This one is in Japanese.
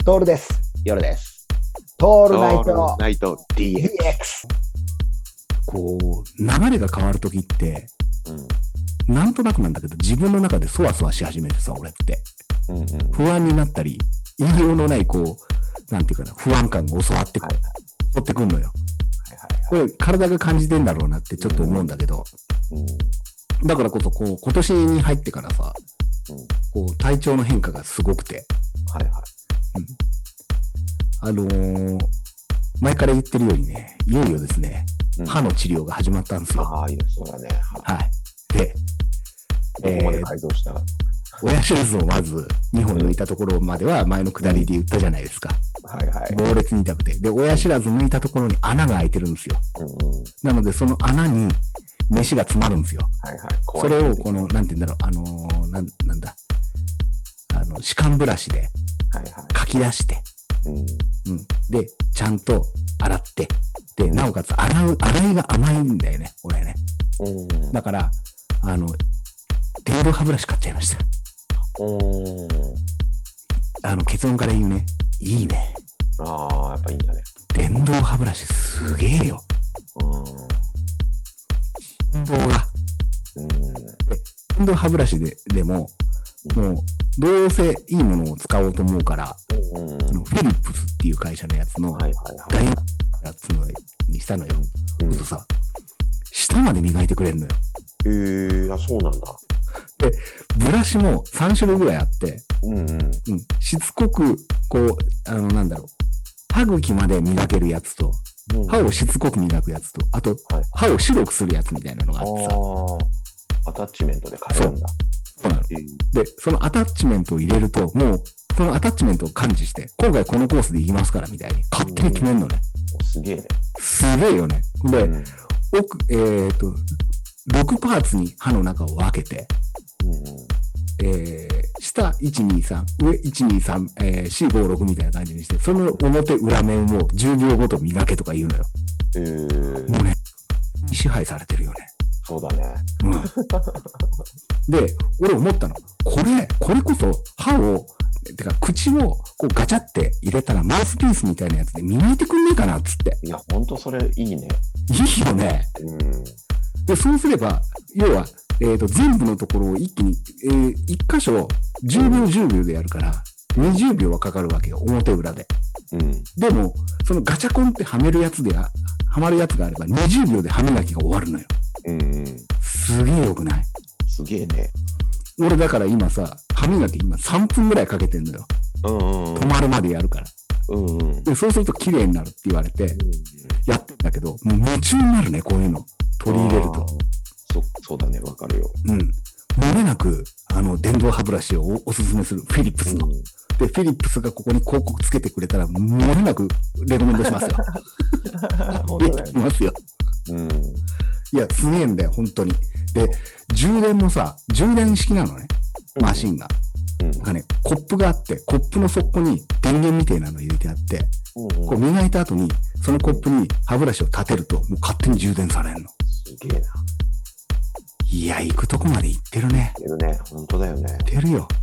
トールです。 夜です。 トールオールナイトナイト DX。 DX。 こう流れが変わるときって、なんとなくなんだけど自分の中でそわそわし始めてさ、俺って、不安になったり、言いようのないこうなんていうかな、不安感が襲ってくんのよ。これ体が感じてんだろうなってちょっと思うんだけど、だからこそこう今年に入ってからさ、こう体調の変化がすごくて、前から言ってるようにね、いよいよですね、歯の治療が始まったんですよ。 ああ、いいです、そうだね。 はい。で、 どこまで改造した？ 親知らずをまず2本抜いたところまでは前の下りで言ったじゃないですか。猛烈に痛くて。で、親知らず抜いたところに穴が開いてるんですよ。なので、その穴に飯が詰まるんですよ。それを、この、なんて言うんだろう、なんだ、歯間ブラシで、かき出して、で、ちゃんと洗って、で、なおかつ洗いが甘いんだよね、俺ね。だから、電動歯ブラシ買っちゃいました。結論から言うね、いいね。 ああ、やっぱいいんだね。 電動歯ブラシすげえよ。振動が。電動歯ブラシでも、もう、どうせいいものを使おうと思うから、フィリップスっていう会社のやつの、ダイヤやつのにしたのよ。そうさ、舌まで磨いてくれるのよ。 そうなんだ。 で、ブラシも3種類ぐらいあって、しつこく、こう、なんだろう、歯茎まで磨けるやつと、歯をしつこく磨くやつと、あと、歯を白くするやつみたいなのがあってさ。 アタッチメントで変えるんだ。 そうなの。で、そのアタッチメントを入れると、もう、そのアタッチメントを感知して、今回このコースで行きますからみたいに、勝手に決めるのね。 すげえね。 すげえよね。で、6パーツに歯の中を分けて、下1、2、3、上1、2、3、4、5、6みたいな感じにして、その表裏面を10秒ごと磨けとか言うのよ。もうね、支配されてるよね。 そうだね。 で、俺思ったの。これこそ歯を、てか口をこうガチャって入れたらマウスピースみたいなやつで磨いてくんねえかなっつって。 いや、ほんとそれいいね。 いいよね。で、そうすれば、要は、全部のところを一気に、1箇所10秒10秒でやるから、20秒はかかるわけよ、表裏で。でも、そのガチャコンってはめるやつはまるやつがあれば、20秒で歯磨きが終わるのよ。すげえよくない？ すげえね。 俺だから今さ、歯磨き今3分ぐらいかけてんのよ。止まるまでやるから。で、そうすると綺麗になるって言われて、やってんだけど、もう夢中になるね、こういうの。取り入れると。 そうだね、わかるよ。 漏れなく、電動歯ブラシをおすすめする、フィリップスの。で、フィリップスがここに広告つけてくれたら、漏れなくレコメンドしますよ。できますよ。いや、すげえんだよ、本当に。で、充電もさ、充電式なのね、マシンが。なんかね、コップがあって、コップの底に電源みたいなの入れてあって、こう磨いた後に、そのコップに歯ブラシを立てると、もう勝手に充電されるの。 すげえな。 いや、行くとこまで行ってるね。 行ってるね、本当だよね。 行ってるよ。